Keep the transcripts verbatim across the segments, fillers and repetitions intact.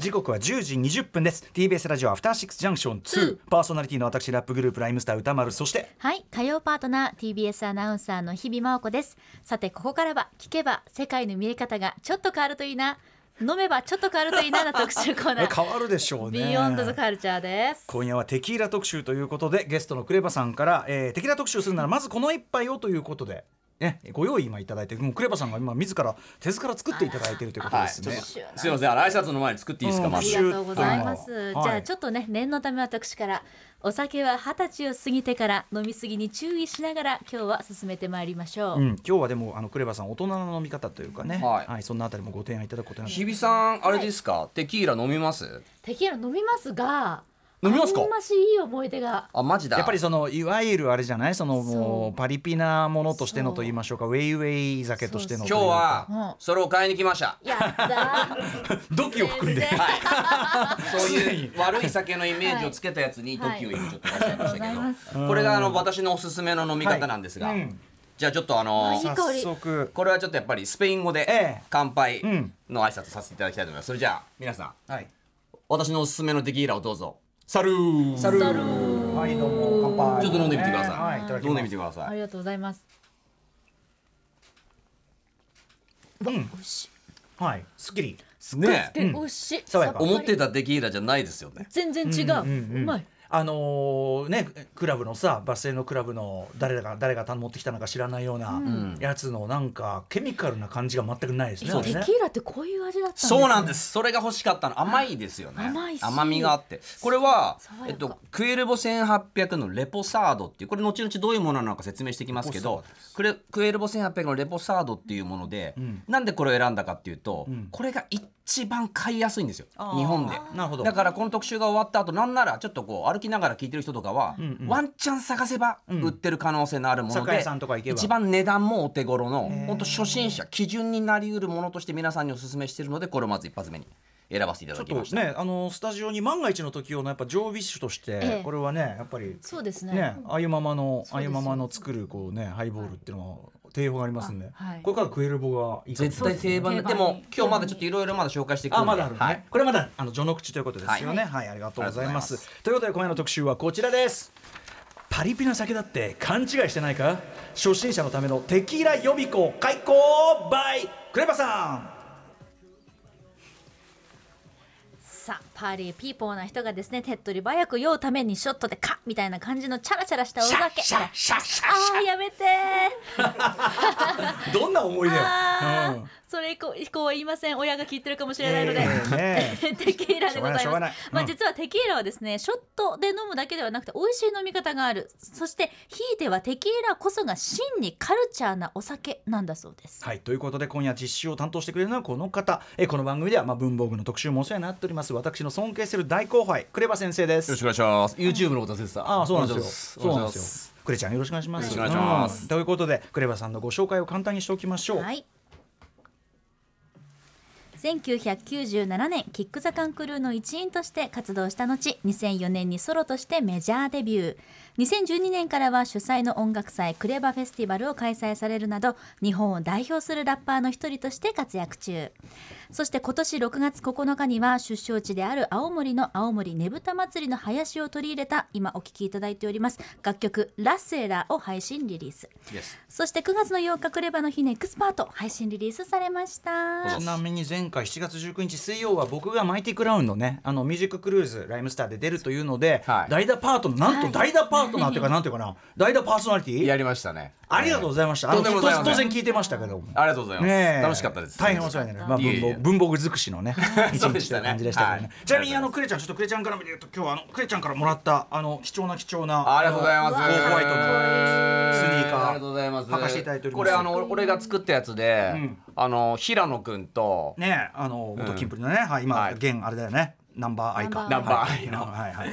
時刻はじゅうじにじゅっぷんです。 ティービーエス ラジオアフターシックスジャンクションツー、パーソナリティの私ラップグループライムスター歌丸、そしてはい火曜パートナー ティービーエス アナウンサーの日々真央子です。さてここからは聞けば世界の見え方がちょっと変わるといいな、飲めばちょっと変わるといいなの特集コーナー変わるでしょうね。 ビヨンドザカルチャーです。 今夜はテキーラ特集ということで、ゲストのクレバさんから、えー、テキーラ特集するならまずこの一杯をということで、ね、ご用意今いただいて、もうクレバさんが今自ら手ずから作っていただいているということですね。 はい、すいません、挨拶の前に作っていいですか。 うんまずありがとうございます、 はいじゃあちょっとね念のため私から、お酒は二十歳を過ぎてから飲み過ぎに注意しながら今日は進めてまいりましょう、 うん、今日はでもあのクレバさん大人の飲み方というかね、 はいはい、そんなあたりもご提案いただくことになって日比さんあれですか、テキーラ飲みます？ テキーラ飲みますが、 飲みますか？ あんましいい思い出が。 あ、マジだ。 やっぱりそのいわゆるあれじゃない、そのそうもうパリピなものとしてのと言いましょうか、ウェイウェイ酒としてのという今か、 日はそれを買いに来ました。 やったードキを含んで、 先生そういう悪い酒のイメージをつけたやつにドキを今ちょっと出しちゃいましたけど、これがあの私のおすすめの飲み方なんですが、 はいうんじゃあちょっとあのいい香り早速これはちょっとやっぱりスペイン語でええ乾杯うんの挨拶させていただきたいと思います。それじゃあ皆さん、 はい、 私のおすすめのテキーラをどうぞ。サルー。 サルサルー、はいどうも乾杯。 ちょっと飲んでみてください。 はい、いただきます。 飲んでみてください。 ありがとうございます。 うん、 美味しい。 はい、すっきりねえ、 え美味しい。 爽やかさっぱり思ってたテキーラじゃないですよね。 全然違う。 うんうんうんうまい。 あのーね、クラブのさ、バス停のクラブの誰が誰が持ってきたのか知らないようなやつのなんかケミカルな感じが全くないですね。 そうあれねテキーラってこういう味だったんですね。 そうなんです。それが欲しかったの。甘いですよね。 甘いし甘みがあって。これは爽やかえっとクエルボせんはっぴゃくのレポサードっていう、これ後々どういうものなのか説明していきますけど、クレクエルボせんはっぴゃくのレポサードっていうもので、 んなんでこれを選んだかっていうと、 んこれが一番買いやすいんですよ。 あー日本で。 なるほど。 だからこの特集が終わった後、なんならちょっとこう歩きながら聞いてる人とかは、 んうんワンチャン探せば売ってる可能性のあるもので、 酒屋さんとか行けば一番値段もお手頃の本当初心者基準になりうるものとして皆さんにお勧めしているので、これをまず一発目に選ばせていたちょっだきました。 とね、あのスタジオに万が一の時用のやっぱ常備酒として、 ええこれはねやっぱりそうですね。 ね、あゆママのそうですあゆママの作るこうねハイボールっていうのは定評がありますんで、 あはいこれから食える棒がいいかもし絶れない対定番で、 定番にでも今日まだちょっといろいろまだ紹介していくので、 あ、まだあるね、 はい、 これまだあの序の口ということですよね。は、 はいいありがとうございます。 ありがとうございますということで今夜の特集はこちらです。パリピな酒だって勘違いしてないか、初心者のためのテキーラ予備校開講 by クレバさん。 さあパーリーピーポーな人がですね、手っ取り早く酔うためにショットでカッみたいな感じのチャラチャラしたお酒。 シャッシャッシャッあーやめてーどんな思い出よ。 あー、 うんそれ以降以降は言いません。親が聞いてるかもしれないので、 えーねテキーラでございしょうがないます。 しょうがないうんまあ実はテキーラはですね、ショットで飲むだけではなくて美味しい飲み方がある。そしてひいてはテキーラこそが真にカルチャーなお酒なんだそうです。 はい、ということで今夜実習を担当してくれるのはこの方。えこの番組では、まあ、文房具の特集もお世話になっております私の尊敬する大後輩クレバ先生です。 よろしくお願いします。YouTube のことは先生。 ああ、そうなんですよ。そうなんすですよ。クレちゃんよろしくお願いします。 よろしくお願いしますうんということでクレバさんのご紹介を簡単にしておきましょう。 はい。せんきゅうひゃくきゅうじゅうななねんキック・ザ・カンクルーの一員として活動した後、にせんよねんにソロとしてメジャーデビュー。にせんじゅうにねんからは主催の音楽祭クレバフェスティバルを開催されるなど、日本を代表するラッパーの一人として活躍中。そして今年ろくがつここのかには出生地である青森の青森ねぶた祭りの林を取り入れた今お聴きいただいております楽曲ラッセラを配信リリース。 Yes。 そしてくがつのようかクレバの日ネエクスパート配信リリースされました。 ちなみに前回しちがつじゅうくにち水曜は僕がマイティクラウンのねあのミュージッククルーズライムスターで出るというので、 はい代打パートナーなんと代打パートナーっていうか、なんていうかな代打パーソナリティやりましたね。 ありがとうございました。あのとんでもございません当然聞いてましたけども。 ありがとうございます。 ねえ楽しかったです。 大変お世話になります、まあ、 いえいえ文房文房具尽くしのね一そうでしたね日という感じでしたけどね、 はいちなみにあのクレちゃんちょっとクレちゃんから見て言うと今日はあのクレちゃんからもらったあの貴重な貴重なありがとうございます。 オフホワイトのスニーカーありがとうございます。 履かせていただいております。 これあの俺が作ったやつで、 んあの平野くんと、 ねあの元キンプリのね、はい、今、 はい現あれだよねナンバーアイかナンバーアイのはいはい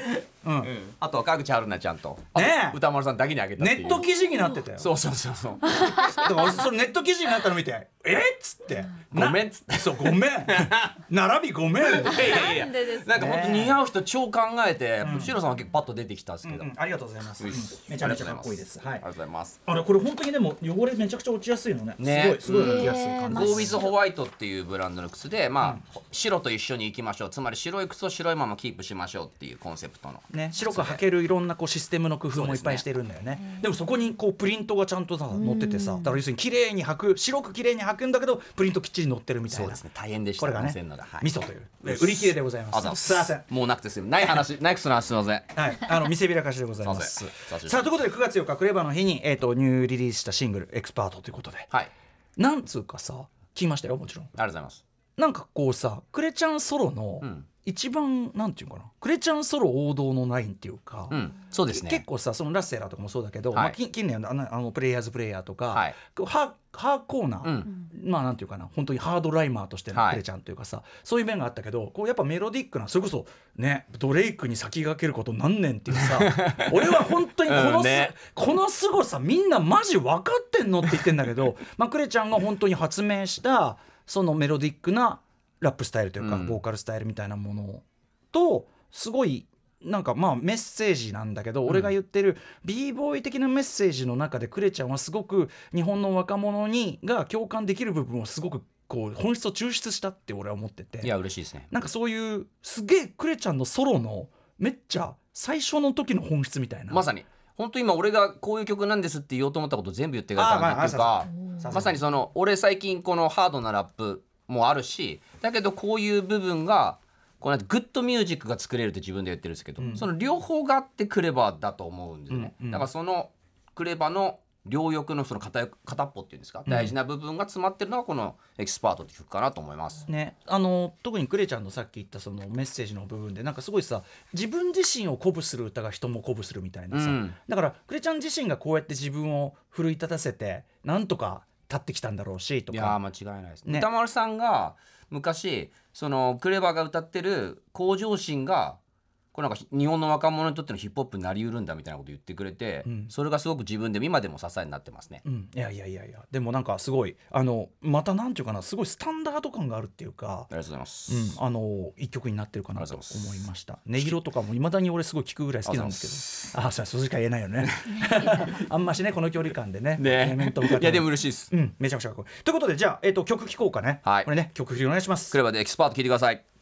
うんうんあとは川口春奈ちゃんとねえあと歌丸さんだけにあげたっていうネット記事になってたよ。 そうそうそうそうだからそれネット記事になったの見てえっつってごめんっつってそうごめん並びごめんいやいやいやなんでですかなんか本当似合う人超考えてシロさんは結構パッと出てきたんですけど、 うんありがとうございます、 ううんんめちゃめちゃかっこいいです。はいありがとうございます。 あれこれ本当にでも汚れめちゃくちゃ落ちやすいのね。 ねすごいすごい落ちやすい感じ。 ゴーウィズホワイトっていうブランドの靴で、まあ白と一緒に行きましょう、つまり白い靴を白いままキープしましょうっていうコンセプトのね、白く履けるいろんなこうシステムの工夫もいっぱいしてるんだよね。でもそこにこうプリントがちゃんとさ載っててさ、だから要するに綺麗に履く白く綺麗に履くんだけどプリントきっちり載ってるみたいな。 そうですね大変でしたこれがね載せるのがはい味噌というえ売り切れでございます。 あざっすいません。 もうなくてすみませんない話ナイクスの話すみませんはい、あの見せびらかしでございます。 すいませんさあということでくがつよっかクレバの日にえっ、とニューリリースしたシングルエクスパートということで、 はいなんつうかさ聞きましたよもちろん。 ありがとうございますなんかこうさクレちゃんソロのうん一番なんていうかなクレちゃんソロ王道のラインっていうか。 うんそうですね結構さそのラッセラーとかもそうだけど、 はいまあ、近近年あのあのプレイヤーズプレイヤーとか、 はいこうハーハーコーナー、 うんまあなんていうかな本当にハードライマーとしてのはいクレちゃんというかさ、そういう面があったけどこうやっぱメロディックなそれこそねドレイクに先駆けること何年っていうさ俺は本当にこのす、 うんねこの凄さみんなマジ分かってんのって言ってんだけど、まあ、クレちゃんが本当に発明したそのメロディックなラップスタイルというか、 うんボーカルスタイルみたいなものとすごいなんかまあメッセージなんだけど、 ん俺が言ってる b ボーイ的なメッセージの中でクレちゃんはすごく日本の若者にが共感できる部分をすごくこう本質を抽出したって俺は思ってて、 いや嬉しいですねなんかそういうすげえクレちゃんのソロのめっちゃ最初の時の本質みたいなまさに本当今俺がこういう曲なんですって言おうと思ったこと全部言ってくれたあーまあんっていうかさまさにその俺最近このハードなラップもあるしだけどこういう部分がこうなんてグッドミュージックが作れるって自分で言ってるんですけど、 うんその両方があってクレバーだと思うんですよね、 うんうんだからそのクレバの両翼のその片片っぽっていうんですか、大事な部分が詰まってるのがこのエキスパートって曲かなと思います、 ね、あの特にクレちゃんのさっき言ったそのメッセージの部分でなんかすごいさ自分自身を鼓舞する歌が人も鼓舞するみたいなさ、 うんだからクレちゃん自身がこうやって自分を奮い立たせてなんとか立ってきたんだろうしとかいやー間違いないです、 ね歌丸さんが昔そのクレバーが歌ってる向上心がこれなんか日本の若者にとってのヒップホップになりうるんだみたいなこと言ってくれて、 うんそれがすごく自分でも今でも支えになってますね。 うん、いやいやいやいやでもなんかすごいあのまたなんていうかなすごいスタンダード感があるっていうかありがとうございます。 うん、あの一曲になってるかなとありがとうございます思いました。音色とかもいまだに俺すごい聞くぐらい好きなんですけど、ああそうそうしか言えないよね。あんましねこの距離感でね。 ね面と向かっていやでも嬉しいです。 うんめちゃくちゃかっこいい。ということでじゃあえっ、と曲聴こうかね。 はいこれね曲振りお願いしますク。レバーでエキスパート聞いてください。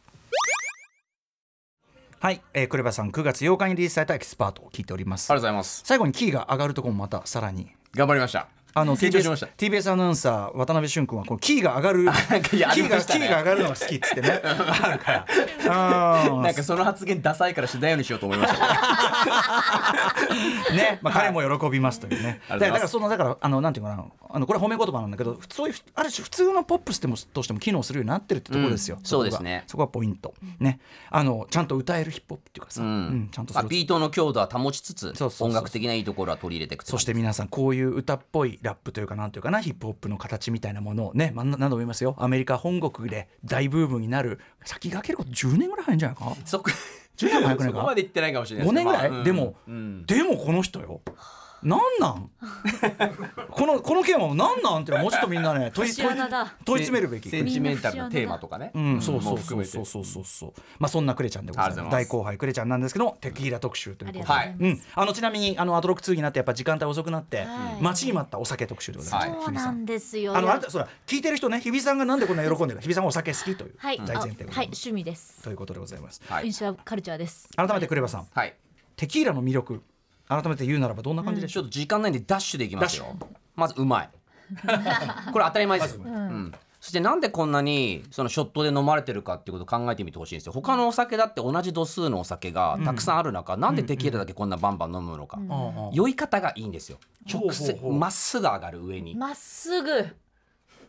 はい、えー、クレバさんくがつようかにリリースされたエキスパートを聞いておりますありがとうございます。 最後にキーが上がるところもまたさらに頑張りました。 あの緊張しましたティービーエス アナウンサー渡辺俊君はこのキーが上がるキいやありーが、 ましたねキーが上がるのが好きっつってねあるからあーなんかその発言ダサいから次第にしようと思いました。 ね、まあ、彼も喜びますというね、 ありがとうございますだからだからそのだからあのなんていうかなあのこれ褒め言葉なんだけどそういうある種普通のポップスでもとしても機能するようになってるってところですよ、 うんそこがそうですねそこがポイント、ね、あのちゃんと歌えるヒップホップっていうかさ、 ううんんちゃんとそれをまあビートの強度は保ちつつそうそうそう音楽的ないいところは取り入れていくってそして皆さんこういう歌っぽいラップというかなんていうかなヒップホップの形みたいなものをね、まあ、何度も言いますよアメリカ本国で大ブームになる先駆けることじゅうねんぐらい早いんじゃないかそこじゅうねんも早くないそこかまで言ってないかもしれないごねんぐらい、 まあうんでも、 うんでもこの人よなんなんこのこの件は何なんってもうちょっとみんなね問い節穴だ問い詰めるべき、 センチメンタルなテーマとかね、 うん、そうそうも含めてそうそうそうそうそうまあそんなクレちゃんでございますありがとうございます大後輩クレちゃんなんですけどテキーラ特集ということで、 ありがとうございます、 うん、あのちなみにあのアドロックツーになってやっぱ時間帯遅くなって、 はい待ちに待ったお酒特集でございます、 はいそうなんですよ。 あのあなたそうだ聞いてる人ね日比さんがなんでこんな喜んでるか日比さんはお酒好きというはい、 大前提でございます、 あはい、趣味です。 ということでございますはい飲酒はカルチャーです。 改めてクレバさんはいテキーラの魅力改めて言うならばどんな感じでしょう、 ちょっと時間ないんでダッシュでいきますよ。まずうまいこれ当たり前ですよ、うん、そしてなんでこんなにそのショットで飲まれてるかっていうことを考えてみてほしいんですよ。他のお酒だって同じ度数のお酒がたくさんある中、なんでテキーラだけこんなバンバン飲むのか、 ああ酔い方がいいんですよ。直線ほうほうほうまっすぐ上がる上にまっすぐ。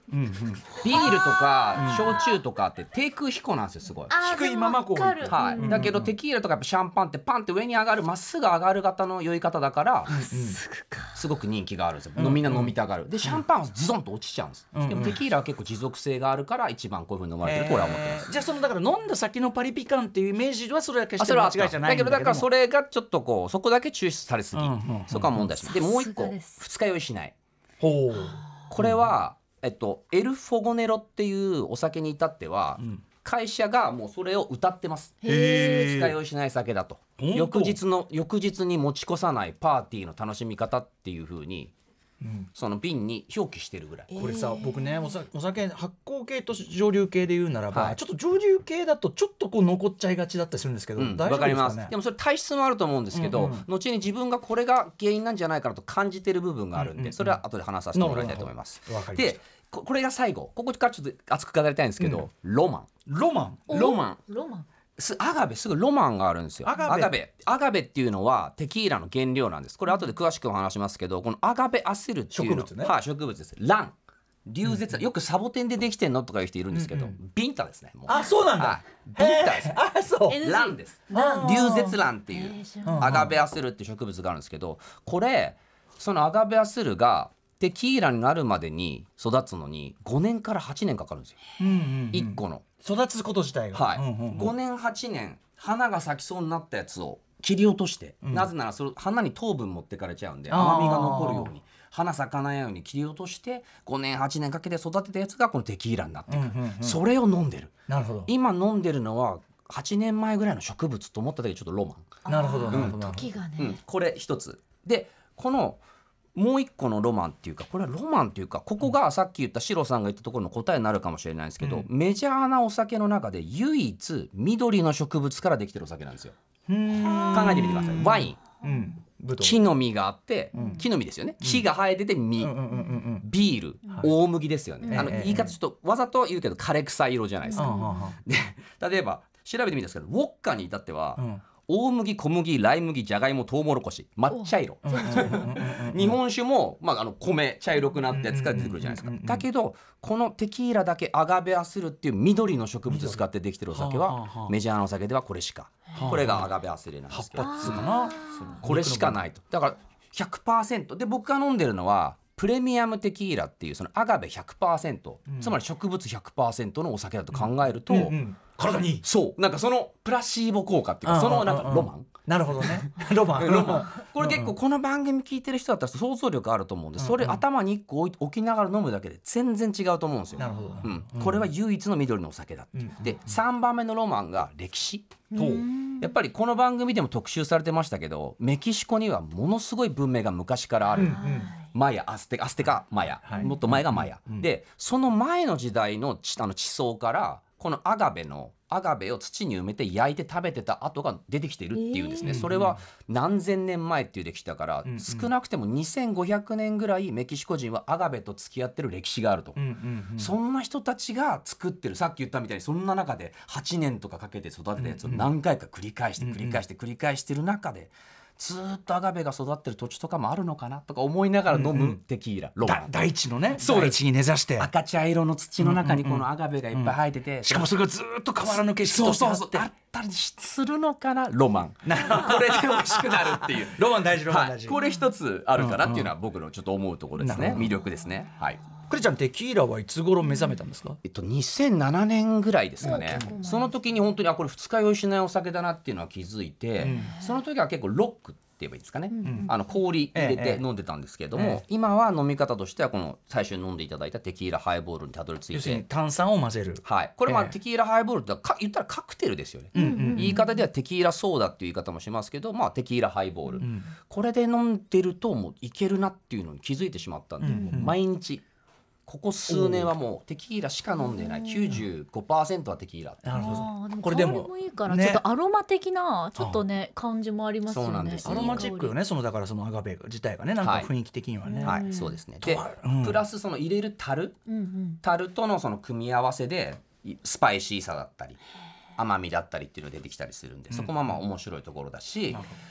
うんうん、 ビールとか焼酎とかって低空飛行なんですよすごい。 あー低いままこうでもわかるはいうんだけどテキーラとかやっぱシャンパンってパンって上に上がるまっすぐ上がる型の酔い方だからすぐかすごく人気があるんですよ、 うんみんな飲みたがる。でシャンパンはズドンと落ちちゃうんです、 うんでもテキーラは結構持続性があるから一番こういう風に飲まれてると俺は思ってます。 えーじゃあそのだから飲んだ先のパリピ感っていうイメージはそれだけしあそれはあったて間違いじゃないんだけどもだけどだからそれがちょっとこうそこだけ抽出されすぎ、 うんうんうんそこは問題です。でもう一個さすがです二日酔いしない。 ほうこれは、えっと、エルフォゴネロっていうお酒に至っては、 ん会社がもうそれを謳ってます。 へー二日酔いしない酒だと。 本当翌日の翌日に持ち越さないパーティーの楽しみ方っていう風に、 んその瓶に表記してるぐらい。 これさ僕ねお酒お酒発酵系と蒸留系で言うならば、 はいちょっと蒸留系だとちょっとこう残っちゃいがちだったりするんですけど、 うん、 大丈わかり夫ですかね。 ますでもそれ体質もあると思うんですけど、 うんうん後に自分がこれが原因なんじゃないかなと感じてる部分があるんで、 うんうんうんそれは後で話させてもらいたいと思います。 なるほどわかりましたでここれが最後ここからちょっと熱く語りたいんですけど、ロマンロマンおロマンロマンすアガベすぐロマンがあるんですよ。 アガベアガベアガベっていうのはテキーラの原料なんです。これ後で詳しくお話しますけど、このアガベアセルっていうの植物ねはい、植物です。ラン流絶、よくサボテンでできてんのとかいう人いるんですけど、ビンタですねもうあそうなんだ、 はいビンタです。 あそうエヌジーランです。 ラン流絶ランっていうえー知らないうんアガベアセルっていう植物があるんですけど、これそのアガベアセルがテキーラになるまでに育つのにごねんからはちねんかかるんですよ、 うんうんうんいっこの。 育つこと自体が、 はいうんうんうんごねんはちねん花が咲きそうになったやつを切り落として、なぜならそれ花に糖分持ってかれちゃうんであー甘みが残るように花咲かないように切り落としてごねんはちねんかけて育てたやつがこのテキーラになってくる、 うんうんうんそれを飲んでる。 なるほど今飲んでるのははちねんまえぐらいの植物と思っただけでちょっとロマン、 なるほどなるほど、 時がね、 うん、これ一つでこのもう一個のロマンっていうかこれはロマンっていうかここがさっき言ったシロさんが言ったところの答えになるかもしれないんですけど、 うんメジャーなお酒の中で唯一緑の植物からできてるお酒なんですよ。 うーん考えてみてください。ワインうんぶどう木の実があって、 うん木の実ですよね、木が生えてて実、 うんうんうんうんビール、大麦ですよね、あのええ言い方ちょっとわざと言うけど枯れ草色じゃないですか、 うんうんで例えば調べてみたんですけどウォッカに至っては、 うん大麦小麦ライ麦じゃがいもトウモロコシ抹茶色、日本酒も、まあ、あの米茶色くなったやつから出てくるじゃないですか、 うんうんうんうんだけどこのテキーラだけアガベアセルっていう緑の植物使ってできてるお酒はあはあはあはメジャーなお酒ではこれしか、これがアガベアセルなんですけど、 葉っぱっつうかなこれしかないと。だから ひゃくパーセント で僕が飲んでるのはプレミアムテキーラっていうそのアガベ ひゃくパーセント、つまり植物 ひゃくパーセント のお酒だと考えると、 うんうん体にいいそうなんかそのプラシーボ効果っていうかそのなんかロマン、 なるほどねロマンロマンこれ結構この番組聞いてる人だったら想像力あると思うんで、それ頭にいっこ置い置きながら飲むだけで全然違うと思うんですよ。 なるほどうん、これは唯一の緑のお酒だ、 うんでさんばんめのロマンが歴史、 とやっぱりこの番組でも特集されてましたけどメキシコにはものすごい文明が昔からある、 うんうんマヤアステカアステカマヤ、 はいもっと前がマヤ、 うんでその前の時代の地あの地層からこのアガベのアガベを土に埋めて焼いて食べてた跡が出てきてるっていうんですね、 えーそれは何千年前っていう歴史だから、 うんうん少なくてもにせんごひゃくねんぐらいメキシコ人はアガベと付き合ってる歴史があると、 うんうんうんそんな人たちが作ってるさっき言ったみたいにそんな中ではちねんとかかけて育てたやつを何回か繰り返して繰り返して繰り返してる中でずーっとアガベが育ってる土地とかもあるのかなとか思いながら飲うんうんむテキーラ、ロマンだ大地のねそうです大地に根ざして赤茶色の土の中にこのアガベがいっぱい生えてて、 しかもそれがずーっと変わらぬ景色そうそうそうとしてあってあったりするのかなロマンこれで美味しくなるっていうロマン大事ロマンはい、 大事これ一つあるかなっていうのは僕のちょっと思うところですね、 なるほど魅力ですね。はいクレちゃんテキーラはいつ頃目覚めたんですかえっと、にせんななねんぐらいですかおね結構前その時に本当にあこれ二日酔いしないお酒だなっていうのは気づいて、 うんその時は結構ロックって言えばいいですかね、 んあの氷入れええて飲んでたんですけども、 ええ今は飲み方としてはこの最初に飲んでいただいたテキーラハイボールにたどり着い要するにて、 炭酸を混ぜるはい、これまあええテキーラハイボールってか言ったらカクテルですよね、 うんうん言い方ではテキーラソーダっていう言い方もしますけど、まあ、テキーラハイボール、 んこれで飲んでるともういけるなっていうのに気づいてしまったんで、 うんうんもう毎日ここ数年はもうテキーラしか飲んでない きゅうじゅうごパーセント はテキーラ。 なるほあーでもこれでも香りもいいからねちょっとアロマ的なちょっとね感じもありますよね。 そうなんですよどアロマチックよねそのだからそのアガベ自体がねなんかはい雰囲気的にはね、 はい、そうですね。で、 うんプラスその入れる樽、 うんうん。 樽とのその組み合わせでいスパイシーさだったり甘みだったりっていうのが出てきたりするんで、そこもまあ面白いところだし、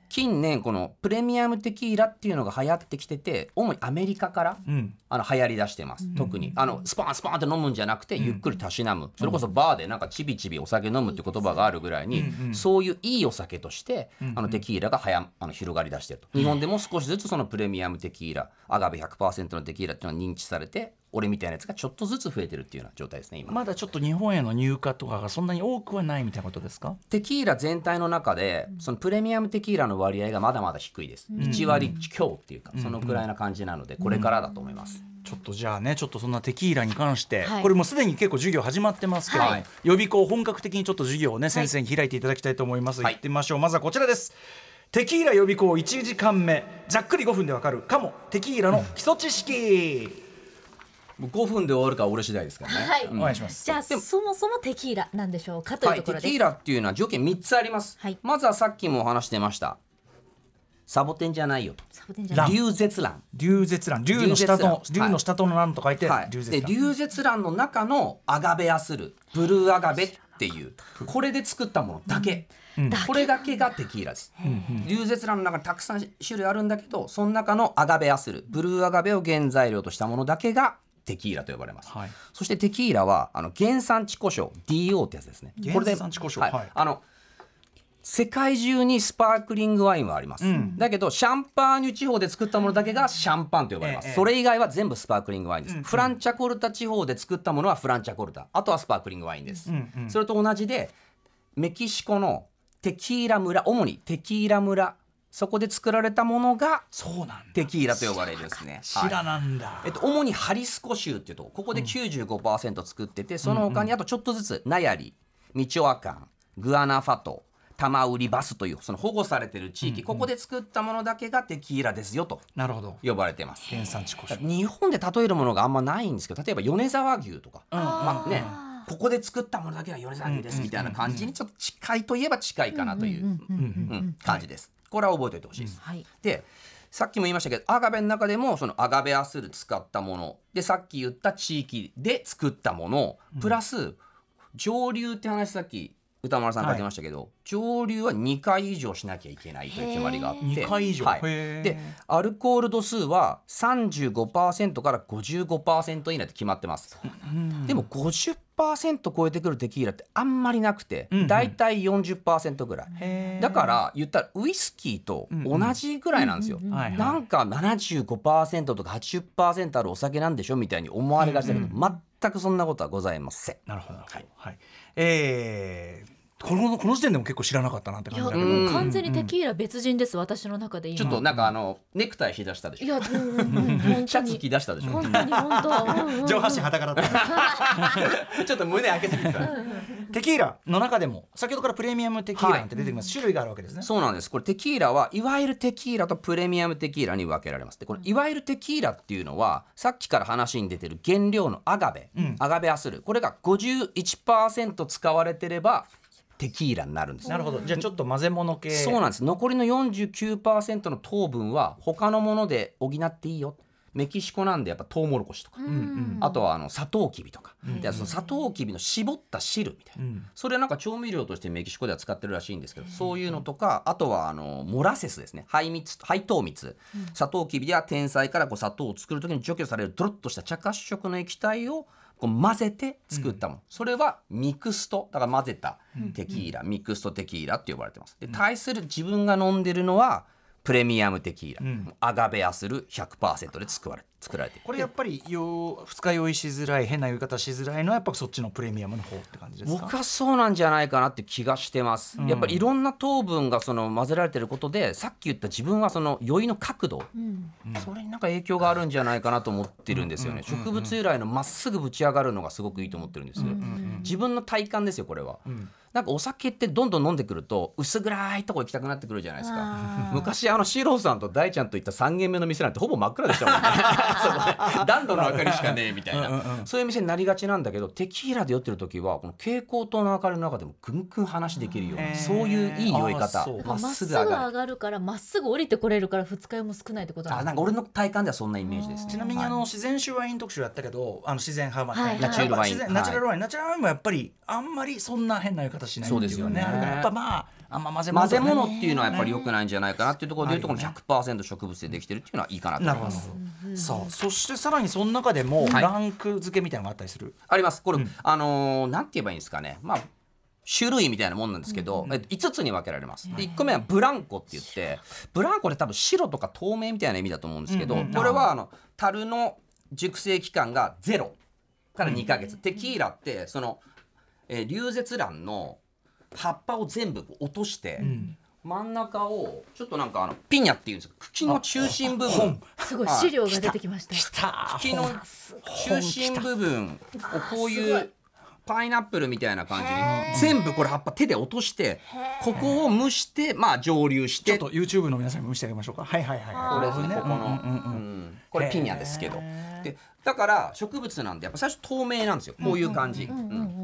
近年このプレミアムテキーラっていうのが流行ってきてて、主にアメリカから、うん、あの流行りだしてます、うん、特にあのスパンスパンって飲むんじゃなくて、ゆっくりたしなむ、それこそバーでなんかちびちびお酒飲むって言葉があるぐらいに、うん、そういういいお酒として、うん、あのテキーラがはやあの広がりだしてると、日本でも少しずつそのプレミアムテキーラ、アガベ ひゃくパーセント のテキーラっていうのが認知されて、俺みたいなやつがちょっとずつ増えてるっていうような状態ですね今。 まだちょっと日本への入荷とかがそんなに多くはないみたいなことですか？ テキーラ全体の中でそのプレミアムテキーラの割合がまだまだ低いです、うん、いち割強っていうか、そのくらいな感じなので、これからだと思います、うんうん、 ちょっとじゃあね、ちょっとそんなテキーラに関して、はい、これもうすでに結構授業始まってますけど、はい、予備校本格的にちょっと授業をね、先生に開いていただきたいと思います、はい、行ってみましょう。まずはこちらです。テキーラ予備校いちじかんめ、ざっくりごふんでわかるかもテキーラの基礎知識、 うん、ごふんで終わるか俺次第ですからね、 はい、 うん、 お願いします。じゃあそもそもテキーラなんでしょうかというところです、はい、 テキーラっていうのは条件みっつあります、はい、まずはさっきもお話してましたサボテンじゃないよ、 サボテンじゃない、 龍舌蘭、 龍舌蘭、龍の下と龍の下との蘭と書いて、 はい、龍舌蘭、で龍舌蘭の中のアガベアスル、ブルーアガベっていうこれで作ったものだけ、うん、これだけがテキーラです。龍舌蘭の中にたくさん種類あるんだけど、その中のアガベアスル、ブルーアガベを原材料としたものだけがテキーラと呼ばれます、はい、そしてテキーラはあの原産地呼称 ディーオー ってやつですね。 原産地呼称、 はいはい、あの世界中にスパークリングワインはあります、うん、だけどシャンパーニュ地方で作ったものだけがシャンパンと呼ばれます、ええ、それ以外は全部スパークリングワインです、うん、フランチャコルタ地方で作ったものはフランチャコルタ、あとはスパークリングワインです、うんうん、それと同じでメキシコのテキーラ村、主にテキーラ村、そこで作られたものがテキーラと呼ばれるんですね。 知らなんだ、 はい、えっと、主にハリスコ州っていうとこ、ここで きゅうじゅうごパーセント 作ってて、その他にあとちょっとずつナヤリ、ミチョアカン、グアナファト、タマウリバスというその保護されている地域、うんうん、ここで作ったものだけがテキーラですよと呼ばれています。 原産地呼称、 日本で例えるものがあんまないんですけど、例えば米沢牛とか、うん、まあね、ここで作ったものだけが米沢牛ですみたいな感じにちょっと近いといえば近いかなという感じです。これは覚えておいてほしいです、うん、でさっきも言いましたけど、アガベの中でもそのアガベアスル使ったもので、さっき言った地域で作ったものプラス蒸留って話、さっき歌丸さんが言ってましたけど、はい、蒸留はにかい以上しなきゃいけないという決まりがあって、 にかい以上、 はい、でアルコール度数は さんじゅうごパーセント から ごじゅうごパーセント 以内って決まってます。でも ごじゅっパーセント 超えてくるテキーラってあんまりなくて、うんうん、だいたい よんじゅっパーセント ぐらいだから、言ったらウイスキーと同じぐらいなんですよ、うんうん、なんか ななじゅうごパーセント とか はちじゅっパーセント あるお酒なんでしょみたいに思われがちだけど、うんうん、全くそんなことはございません。 なるほど、はいはい、えーこの、この時点でも結構知らなかったなって感じだけど、 いやもう完全にテキーラ別人です、うん、私の中で今ちょっとなんかあのネクタイ引き出したでしょ、いや、うんうんうん、シャツ着出したでしょ、 本当に本当、うんうん、 上半身裸だったちょっと胸開けすぎてたテキーラの中でも先ほどからプレミアムテキーラって出てきます、はい、種類があるわけですね。 そうなんです。これテキーラはいわゆるテキーラとプレミアムテキーラに分けられます。でこれいわゆるテキーラっていうのはさっきから話に出てる原料のアガベ、うん、アガベアスル、これが ごじゅういちパーセント 使われてればテキーラになるんです。 なるほど。じゃあちょっと混ぜ物系。 そうなんです。残りの よんじゅうきゅうパーセント の糖分は他のもので補っていいよ。メキシコなんでやっぱトウモロコシとか、うんうん、あとはあのサトウキビとか、うんうん、でそのサトウキビの絞った汁みたいな、うん、それなんか調味料としてメキシコでは使ってるらしいんですけど、そういうのとか、あとはあのモラセスですね、灰蜜、灰糖蜜、うん、サトウキビや天才からこう砂糖を作るときに除去されるドロッとした茶褐色の液体をこう混ぜて作ったもの、うん、それはミクスト、だから混ぜたテキーラ、うん、ミクストテキーラって呼ばれてます。で対する自分が飲んでるのはプレミアムテキーラ、うん、アガベアスル ひゃくパーセント で作られ作られている。 これやっぱりよ二日酔いしづらい、変な言い方しづらいのはやっぱそっちのプレミアムの方って感じですか？ 僕はそうなんじゃないかなって気がしてます、うん、やっぱりいろんな糖分がその混ぜられてることで、さっき言った自分はその酔いの角度、うん、それになんか影響があるんじゃないかなと思ってるんですよね、うんうんうんうん、植物由来のまっすぐぶち上がるのがすごくいいと思ってるんですよ、うんうんうん、自分の体感ですよこれは、うん、なんかお酒ってどんどん飲んでくると薄暗いとこ行きたくなってくるじゃないですか。昔あのシローさんと大ちゃんと行ったさん軒目の店なんてほぼ真っ暗でしたもんね暖炉の明かりしかねえみたいな、うんうんうん、そういう店になりがちなんだけど、テキーラで酔ってる時はこの蛍光灯の明かりの中でもぐんぐん話できるような、そういういい酔い方、 まっすぐ上がる、上がるからまっすぐ降りてこれるから二日酔いも少ないってことなんですか？ あ、なんか俺の体感ではそんなイメージですね。 ちなみにあの、はい、自然酒ワイン特集やったけど、あの自然派、 はいはい、 ナチュラルワイン、 ナチュラルワイン、ナチュラルワインもやっぱりあんまりそんな変な酔い方しないんですよね。だからやっぱまああんま混ぜ物混ぜ物っていうのはやっぱり良くないんじゃないかなっていうところでいうと、この ひゃくパーセント 植物でできてるっていうのはいいかなと思います。 さあそしてさらにその中でもランク付けみたいなのがあったりする、 あります。これ、うん、あのー、なんて言えばいいんですかね、まあ種類みたいなもんなんですけど、うんうん、いつつに分けられます。でいっこめはブランコって言って、ブランコで多分白とか透明みたいな意味だと思うんですけど、うんうん、これはあの樽の熟成期間がゼロからにかげつ、うん、テキーラってその、えー、リュウゼツランの葉っぱを全部落として、うん、真ん中をちょっっとなんかあのピニャっていうんですか、茎の中心部分、 すごい資料が出てきました。 茎の中心部分をこういうパイナップルみたいな感じに全部これ葉っぱ手で落として、ここを蒸してまあ蒸留して、 ちょっと YouTube の皆さんに蒸してあげましょうか。はいはいはい。 これですね、ここのこれピニャですけど、でだから植物なんでやっぱ最初透明なんですよ。こういう感じ、うん、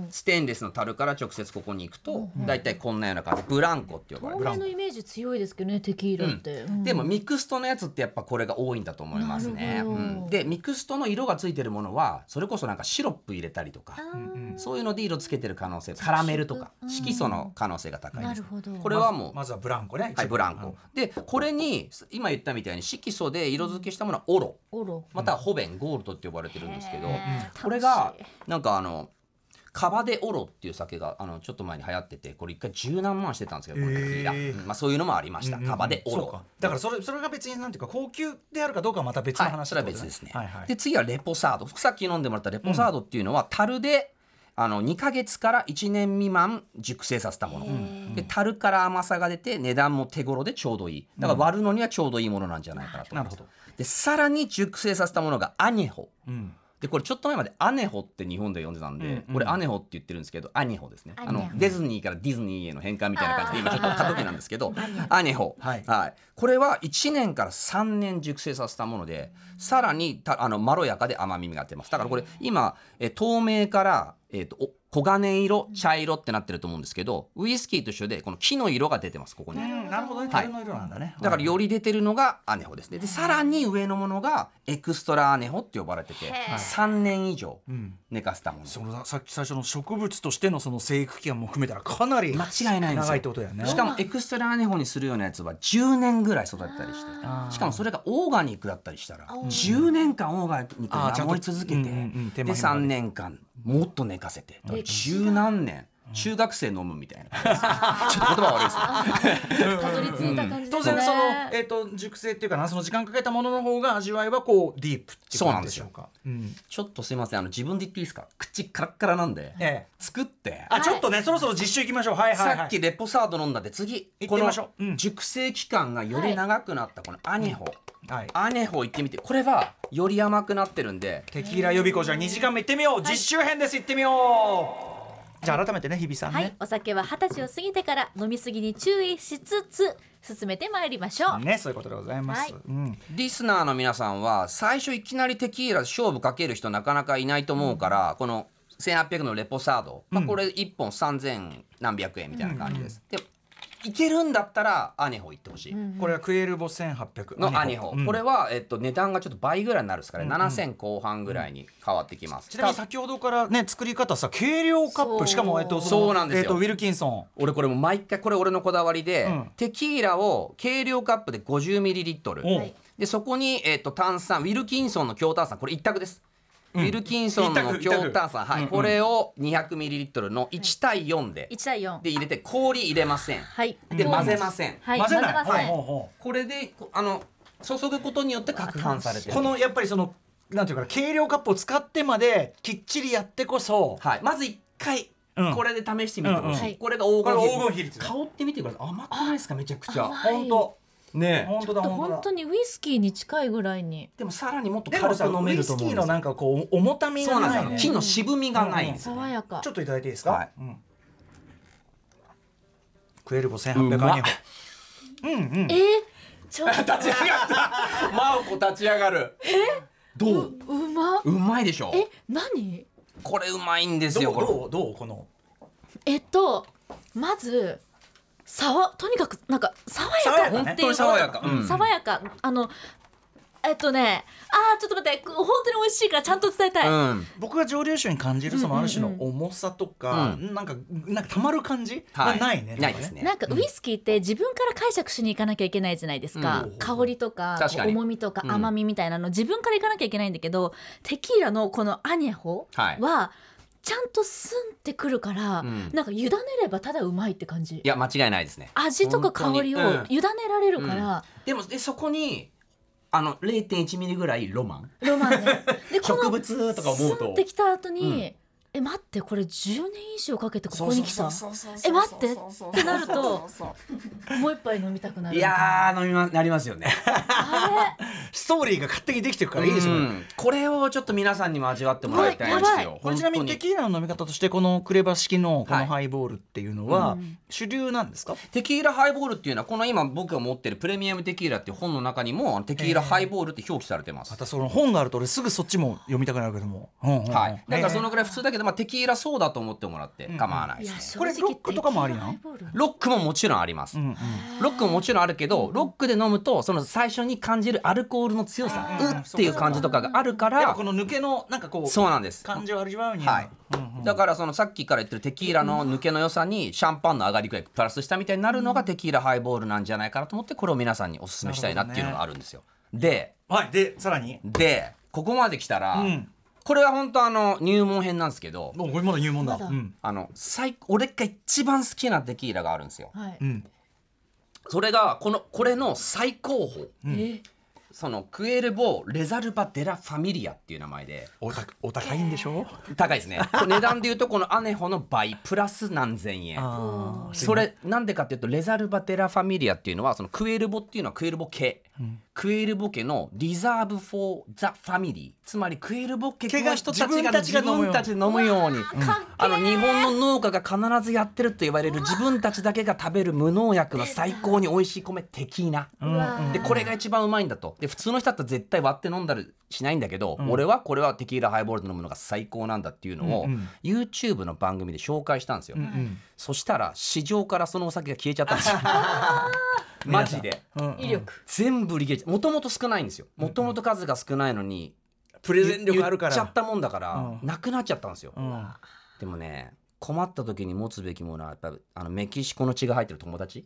ステンレスの樽から直接ここに行くとだいたいこんなような感じ、ブランコって呼ばれる。 透明のイメージ強いですけどね、テキーラって、うん、 でもミクストのやつってやっぱこれが多いんだと思いますね、うん、でミクストの色がついてるものはそれこそなんかシロップ入れたりとか、そういうので色つけてる可能性、カラメルとか色素の可能性が高いです。これはもうまずはブランコね、 はい、ブランコで、これに今言ったみたいに色素で色付けしたものはオロ、オロまたはホベン、ゴールドって呼ばれてるんですけど、これがなんかあのカバデオロっていう酒があのちょっと前に流行ってて、これ一回十何万してたんですけど、このテキーラ、うんまあ、そういうのもありました、うんうん、カバデオロ。かだからそれ、それが別になんていうか高級であるかどうかはまた別の話、 はい、それは別ですね、はいはい、で次はレポサード、さっき飲んでもらったレポサードっていうのは、うん、樽であのにかげつからいちねん未満熟成させたもので、樽から甘さが出て値段も手頃でちょうどいい、だから割るのにはちょうどいいものなんじゃないかなと思います、うん、でさらに熟成させたものがアニェホ、うんでこれちょっと前までアネホって日本で呼んでたんで、うんうん、これアネホって言ってるんですけど、アニホですね。あのディズニーからディズニーへの変換みたいな感じで今ちょっと過渡期なんですけどアネホ、はいはい、これはいちねんからさんねん熟成させたもので、さらにたあのまろやかで甘みが出ます。だからこれ今え透明から、えー、と黄金色、茶色ってなってると思うんですけど、ウイスキーと一緒でこの木の色が出てます、ここに。 なるほどね、樽の色なんだね、 はい、だからより出てるのがアネホですね。でさらに上のものがエクストラアネホって呼ばれてて、さんねん以上寝かせたもの、うん、 そのさっき最初の植物としてのその生育期間も含めたらかなり間違いないんですよ。 長いってことだよね。 しかもエクストラアネホにするようなやつはじゅうねんぐらい育てたりして、しかもそれがオーガニックだったりしたらじゅうねんかんオーガニックに守り続けて、うんうんうん、でさんねんかんもっと寝かせて十何年中学生飲むみたいなちょっと言葉悪いですねたどり着いた感じですね。 当然その、えー、と熟成っていうかな、その時間かけたものの方が味わいはこうディープっていう感じでしょうか。 そうなんですよ、うん、ちょっとすいません、あの自分で言っていいですか、口カラッカラなんで、ええ、作ってあちょっとね、そろそろ実習いきましょう。はいはいはい、 さっきレポサード飲んだんで次行ってみましょう、 この熟成期間がより長くなったこのアネホ、うんはい、アネホ行ってみて、これはより甘くなってるんで、 テキーラ予備校じゃあにじかんめ行ってみよう、はい、実習編です、行ってみよう。じゃあ改めてね、日比さんね、はい、 お酒は二十歳を過ぎてから飲みすぎに注意しつつ進めてまいりましょうね。そういうことでございます、はいうん、リスナーの皆さんは最初いきなりテキーラ勝負かける人なかなかいないと思うから、うん、このせんはっぴゃくのレポサード、うんまあ、これいっぽんさんぜんなんびゃくえんみたいな感じです、うんうん、でいけるんだったらアネホ行ってほしい、うんうん、 これはクエルボせんはっぴゃくのアネホ、うん、これは、えっと、値段がちょっと倍ぐらいになるんですかね、うんうん、ななせんこう半ぐらいに変わってきます、 うん、ちなみに先ほどからね作り方さ、軽量カップ、しかも、えっと、 そうなんですよ、 えっと、ウィルキンソン、 俺これも毎回これ俺のこだわりで、うん、テキーラを軽量カップで ごじゅうミリリットル、うん、でそこに、えっと、炭酸ウィルキンソンの強炭酸、これ一択です、ウィルキンソンの強炭酸、はい、うんうん、これを にひゃくミリリットル のいちたいよんで、 いちたいよんで入れて、氷入れません、 はい、 で混ぜません、 はい、 混ぜない、 混ぜません、 はい、 これであの注ぐことによって攪拌されてる。 このやっぱりそのなんていうかな、軽量カップを使ってまできっちりやってこそ、 はい、まずいっかいこれで試してみてほしい、うんうん、これが黄金比率、香ってみてください、甘くないですか、めちゃくちゃ、 本当ね、 本当だ本当にウイスキーに近いぐらいに、 でもさらにもっと軽く飲めると思うんですよ。ウイスキーのなんかこう重たみがない、ね、 木の渋みがないんですよ、 ね、爽やか。 ちょっといただいていいですか、はい、うん、クエルボせんはっぴゃくアニホ、うんうん、 えー、ちょっと立ち上がったマウコ立ち上がる、 えどうう, うまうまいでしょ。 え、何これうまいんですよ。 どうどうどうこのえっとまずさわとにかくなんか爽やか、 本当に爽やか、 うん、爽やか、あのえっとねあーちょっと待って本当に美味しいからちゃんと伝えたい、うん、 僕が蒸留酒に感じるそのある種の重さとか、うんうん、なんかなんかたまる感じがないね、 ないですね。 なんかウイスキーって自分から解釈しに行かなきゃいけないじゃないですか、うん、香りとか重みとか甘みみたいなの、うん、自分から行かなきゃいけないんだけどテキーラのこのアニェホは、はいちゃんとスンってくるから、うん、なんか委ねればただうまいって感じ。 いや間違いないですね。 味とか香りを委ねられるから、うんうん、 でもでそこにあの れいてんいち ミリぐらいロマンロマンねで植物とか思うとスンってきた後に、うんえ待ってこれじゅうねん以上かけてここに来たえ待ってってなるともう一杯飲みたくなる。 いやー飲みまなりますよねあれストーリーが勝手にできてるからいいですよ、ね、 これをちょっと皆さんにも味わってもらいたいんですよ。 これちなみにテキーラの飲み方としてこのクレバ式のこのハイボールっていうのは、はい、主流なんですか？ テキーラハイボールっていうのはこの今僕が持ってるプレミアムテキーラっていう本の中にもテキーラハイボールって表記されてます、 えー、またその本があると俺すぐそっちも読みたくなるけども、うんうんうん、 はい、だからそのぐらい普通だけど、まあ、テキーラソーダと思ってもらって構わないですね、 うんうん、これロックとかもありなの？ ロックももちろんあります、うんうん、ロックももちろんあるけどロックで飲むとその最初に感じるアルコールの強さ、うん、うっていう感じとかがあるからやっぱこの抜けのなんかこうそうなんです感じを味わうには、 はいうんうん、だからそのさっきから言ってるテキーラの抜けの良さにシャンパンの上がりくらいプラスしたみたいになるのがテキーラハイボールなんじゃないかなと思ってこれを皆さんにお勧めしたいなっていうのがあるんですよ、ね、で、 はい、でさらにでここまで来たら、うんこれは本当あの入門編なんですけどもうこれまだ入門だ、 まだうん、 あの最俺が一番好きなテキーラがあるんですよ、 はいうん、 それがこのこれの最高峰、 うん、 そのクエルボレザルバデラファミリアっていう名前でお, たお高いんでしょ？ 高いですね値段でいうとこのアネホの倍プラス何千円それなんでかっていうとレザルバデラファミリアっていうのはそのクエルボっていうのはクエルボ系、うん、クエルボ家のリザーブフォーザファミリーつまりクエルボ家の人たちが自分たちで飲むように、うん、あの日本の農家が必ずやってると言われる自分たちだけが食べる無農薬の最高に美味しい米テキーナ、うん、でこれが一番うまいんだとで普通の人だったら絶対割って飲んだりしないんだけど、うん、俺はこれはテキーラハイボールで飲むのが最高なんだっていうのを、うんうん、YouTube の番組で紹介したんですよ、うんうん、そしたら市場からそのお酒が消えちゃったんですよマジで、 うんうん、威力全部売り切れちゃうもともと少ないんですよもともと数が少ないのにプレゼン力あるから言っちゃったもんだから、うん、なくなっちゃったんですよ、 うん、 でもね困った時に持つべきものはやっぱあのメキシコの血が入ってる友達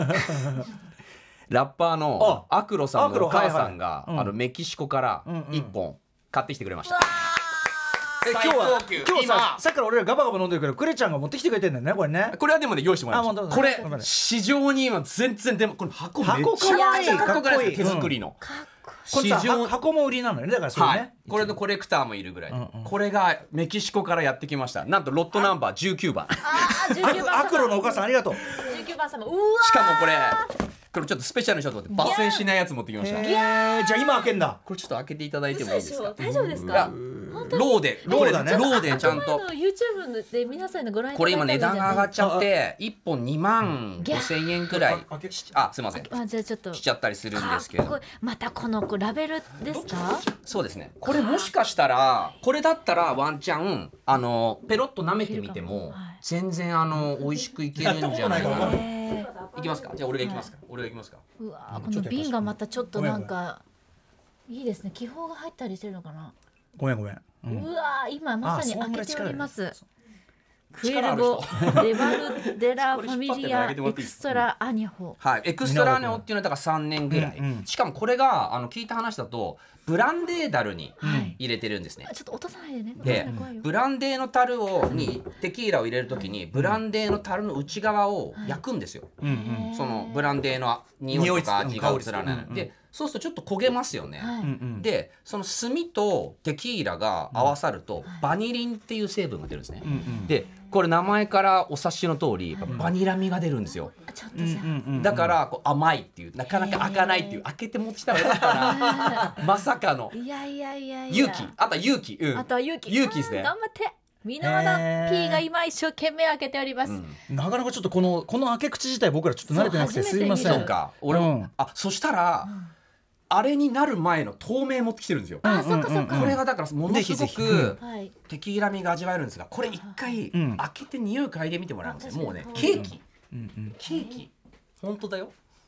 ラッパーのアクロさんのお母さんが、はいはい、あのメキシコからいっぽん買ってきてくれました、うんうん、え今日は今日ささっきから俺らガバガバ飲んでるけどクレちゃんが持ってきてくれてんだよねこれねこれはでもね用意してもらいましたこれ市場に今全然でもこの箱めちゃくちゃかっこいい手作りの、うんこれさ箱も売りなのよねだからそれね、はい、 これのコレクターもいるぐらい、うんうん、これがメキシコからやってきましたなんとロットナンバーじゅうきゅうばんああじゅうきゅうばんアクロのお母さんありがとうじゅうきゅうばん様うわしかもこれこれちょっとスペシャルにしようと思って抜栓しないやつ持ってきましたじゃあ今開けんだこれちょっと開けていただいてもいいですか大丈夫ですかローでローでだねローでちゃんと YouTube で皆さんのご覧いただいたこれ今値段が上がっちゃっていっぽんにまんごせんえんくらいあすいませんあじゃあちょっとしちゃったりするんですけどまたこのラベルですかそうですねこれもしかしたらこれだったらワンチャンあのペロッと舐めてみても全然あの美味しくいけるんじゃないかないきますかじゃあ俺がいきますか俺がいきますかうわこの瓶がまたちょっとなんかいいですね気泡が入ったりしてるのかなごめんごめん、 うん、うわ今まさに開けておりますクエルボレバルデラファミリアエクストラアニホはいエクストラアニホっていうのはだからさんねんぐらい、うんうん、しかもこれがあの聞いた話だとブランデー樽に入れてるんですね、 はい、ちょっと落とさないでねでブランデーの樽をにテキーラを入れるときにブランデーの樽の内側を焼くんですよ、はい、そのブランデーの匂いとか味が移らないので、うんうん、そうするとちょっと焦げますよね、はい、でその炭とテキーラが合わさるとバニリンっていう成分が出るんですね、うんうん、でこれ名前からお察しの通りバニラ味が出るんですよ、 ちょっとじゃあだからこう甘いっていうなかなか開かないっていう開けて持ってきたらよかったなまさかのいやいやいやいや勇気あとは勇気、うん、 あとは勇気勇気ですね頑張ってみんなまだ P が今一生懸命開けております、 うん、なかなかちょっとこのこの開け口自体僕らちょっと慣れてなくてすいませんそうか俺も、うん、あそしたら、うんあれになる前の透明持ってきてるんですよ。 あ、そっかそっか。 これがだからものすごくテキーラ味が味わえるんですが、これ一回開けて匂い嗅いでみてもらうんですよ。もうねケーキ、ケーキ、本当だよ。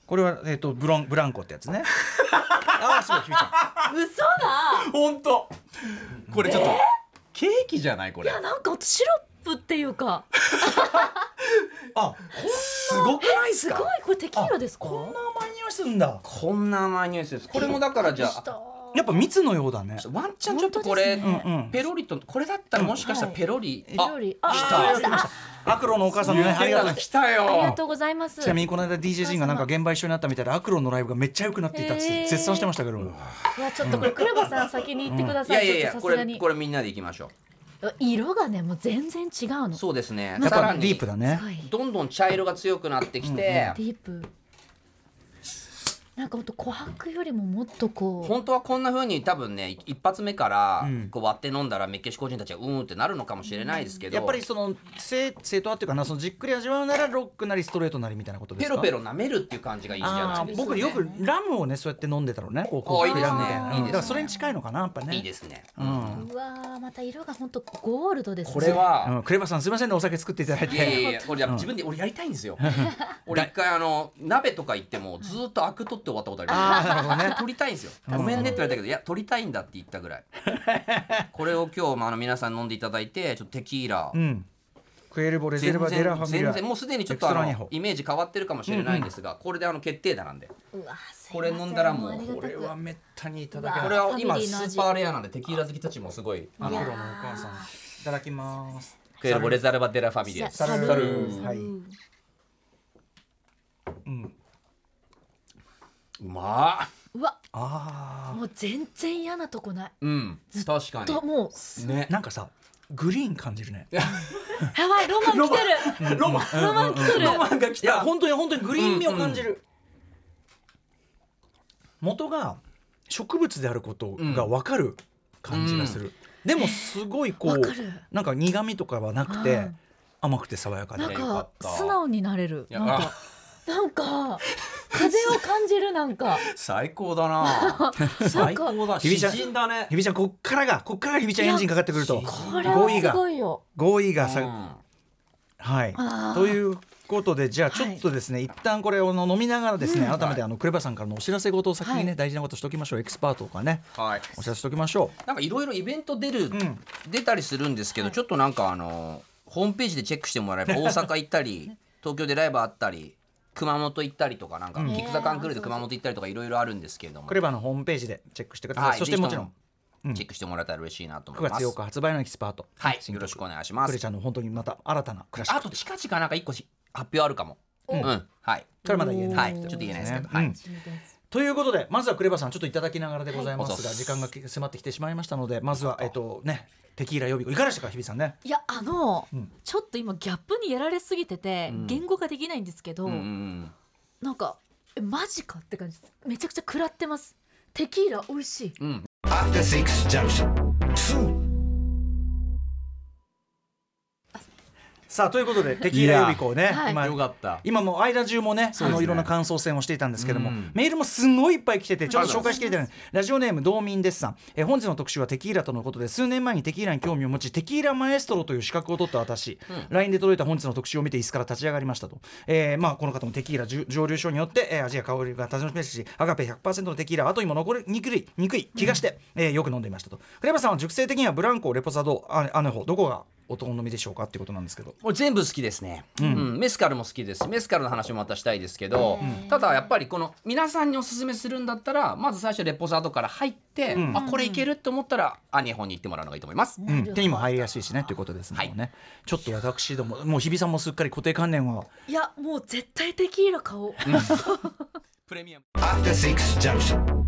これは、えー、とブロンブランコってやつねああすごいひびちゃん嘘だ。 本当これちょっと、えー、ケーキじゃないこれ。 いやなんかシロップっていうかあすごくないですか。 すごいこれテキーラですか。 こんな甘い匂いするんだ。 こんな甘い匂いするんです。これもだからじゃあやっぱ蜜のようだね。 ワンチャンちょっとこれ、 ねうんうん、 ペロリとこれだったらもしかしたらペロリ、 はい、ペロリあ来た来たアクロのお母さんのねありがとう来たよ。 ありがとうございます。 ちなみにこの間 ディージェー ジンがなんか現場一緒になったみたいでアクロのライブがめっちゃ良くなっていたって絶賛してましたけど、 うわちょっとこれクレバさん先に行ってください。 いやいやいやちょっとこれこれみんなで行きましょう。色がねもう全然違うの。 そうですね。 やっぱディープだね。 どんどん茶色が強くなってきて、うんうん、ディープなんかほんと琥珀よりももっとこう本当はこんな風に多分ね一発目からこう割って飲んだらメキシコ人たちはうーんってなるのかもしれないですけど、 やっぱりその正正統派っていうかな、そのじっくり味わうならロックなりストレートなりみたいなことですか。 ペロペロ舐めるっていう感じがいいじゃないですか。 僕よくラムをねそうやって飲んでたのね、こうコーヒーラムみたいな、 いいですね、 だからそれに近いのかなやっぱね。 いいですね、 うん、うわーまた色が本当ゴールドですね。 これは、 うん、クレバさんすいませんねお酒作っていただいて。 いやいやいやこれ自分で俺やりたいんですよ俺一回あの鍋とか行ってもずっとアク取って終わったことあります。 あなるほどね、 取りたいんですよ。ごめんねって言われたけど、いや取りたいんだって言ったぐらいこれを今日、まあ、あの皆さん飲んでいただいてちょっとテキーラ、うん、 クエルボレゼルバデラファミリア全然もうすでにちょっとあのイメージ変わってるかもしれないんですが、うんうん、これであの決定打なんで、 うわこれ飲んだらもうこれはめったにいただけない。 これは今スーパーレアなんでテキーラ好きたちもすごい。 アクロのお母さんいただきます。 クエルボレザルバデラファミリア。 サルサル、はい、うん、 うまー。 うわあもう全然嫌なとこない。 うん、確かに。 ともうね、なんかさグリーン感じるね。 やばいロマン来てる。 ロマンロマン来てる。 ロマンが来た。 いや本当に本当にグリーン味を感じる。元が植物であることが分かる感じがする。うん、でもすごいこうなんか苦味とかはなくて甘くて爽やかで。 なんか素直になれる。なんかなんか風を感じる。なんか最高だな最高だ。 ひびちゃん、 詩人だね。 ひびちゃんこっからがこっからがひびちゃんエンジンかかってくるとこれはすごいよ。 合意がさ、うん、はいということでじゃあちょっとですね、はい、一旦これを飲みながらですね、うん、改めてあのクレバさんからのお知らせ事を先にね、はい、大事なことしておきましょう。エキスパートとかね、はい、お知らせしておきましょう。 なんかいろいろイベント出る、うん、出たりするんですけど、はい、ちょっとなんかあのホームページでチェックしてもらえば大阪行ったり東京でライブあったり熊本行ったりとかなんか、うん、キックザカンクールで熊本行ったりとかいろいろあるんですけれども、 クレバのホームページでチェックしてください。はい、そしてもちろんチェックしてもらえたら嬉しいなと思います。 くがつようか発売のエキスパート、 はい、よろしくお願いします。 クレちゃんの本当にまた新たなクラシック。 あと近々なんか一個し発表あるかも。うん、うん、はい。 それまだ言えない。 はい、ちょっと言えないですけど、 ね、 はい。 うん、ということでまずはクレバさんちょっといただきながらでございますが、はい、時間が迫ってきてしまいましたので、まずはえっとねテキーラ予備校いかがでしたか日比さんね。 いやあの、うん、ちょっと今ギャップにやられすぎてて、うん、言語ができないんですけど、うんうん、なんかえマジかって感じです。めちゃくちゃ食らってます。テキーラ美味しい。うん、After Six Junction さあということでテキーラ予備校ね、 はい、今よかった。 今もう間中も ね, ねあのいろんな感想戦をしていたんですけども、うん、メールもすごいいっぱい来ててちょっと紹介しきれてない。ラジオネーム道民ですさん、え本日の特集はテキーラとのことで、数年前にテキーラに興味を持ちテキーラマエストロという資格を取った私、うん、ライン で届いた本日の特集を見て椅子から立ち上がりましたと、えーまあ、この方もテキーラ蒸留所によって、えー、味や香りが楽しめるしアガペ ひゃくパーセント のテキーラは後にも残りにくい憎い気がして、うんえー、よく飲んでいましたと。クレバさんは熟成的にはブランコレポサドアネホどこがお好みでしょうかっていうことなんですけど、 もう全部好きですね、うんうん、メスカルも好きですしメスカルの話もまたしたいですけど、うん、ただやっぱりこの皆さんにおすすめするんだったらまず最初レポサードから入って、うん、あこれいけるって思ったらアニホに行ってもらうのがいいと思います、 うん、手にも入りやすいしねということですのでね、はい、ちょっと私どももう日比さんもすっかり固定観念はいやもう絶対テキーラ買おう、うん、 プレミアム After Six Junction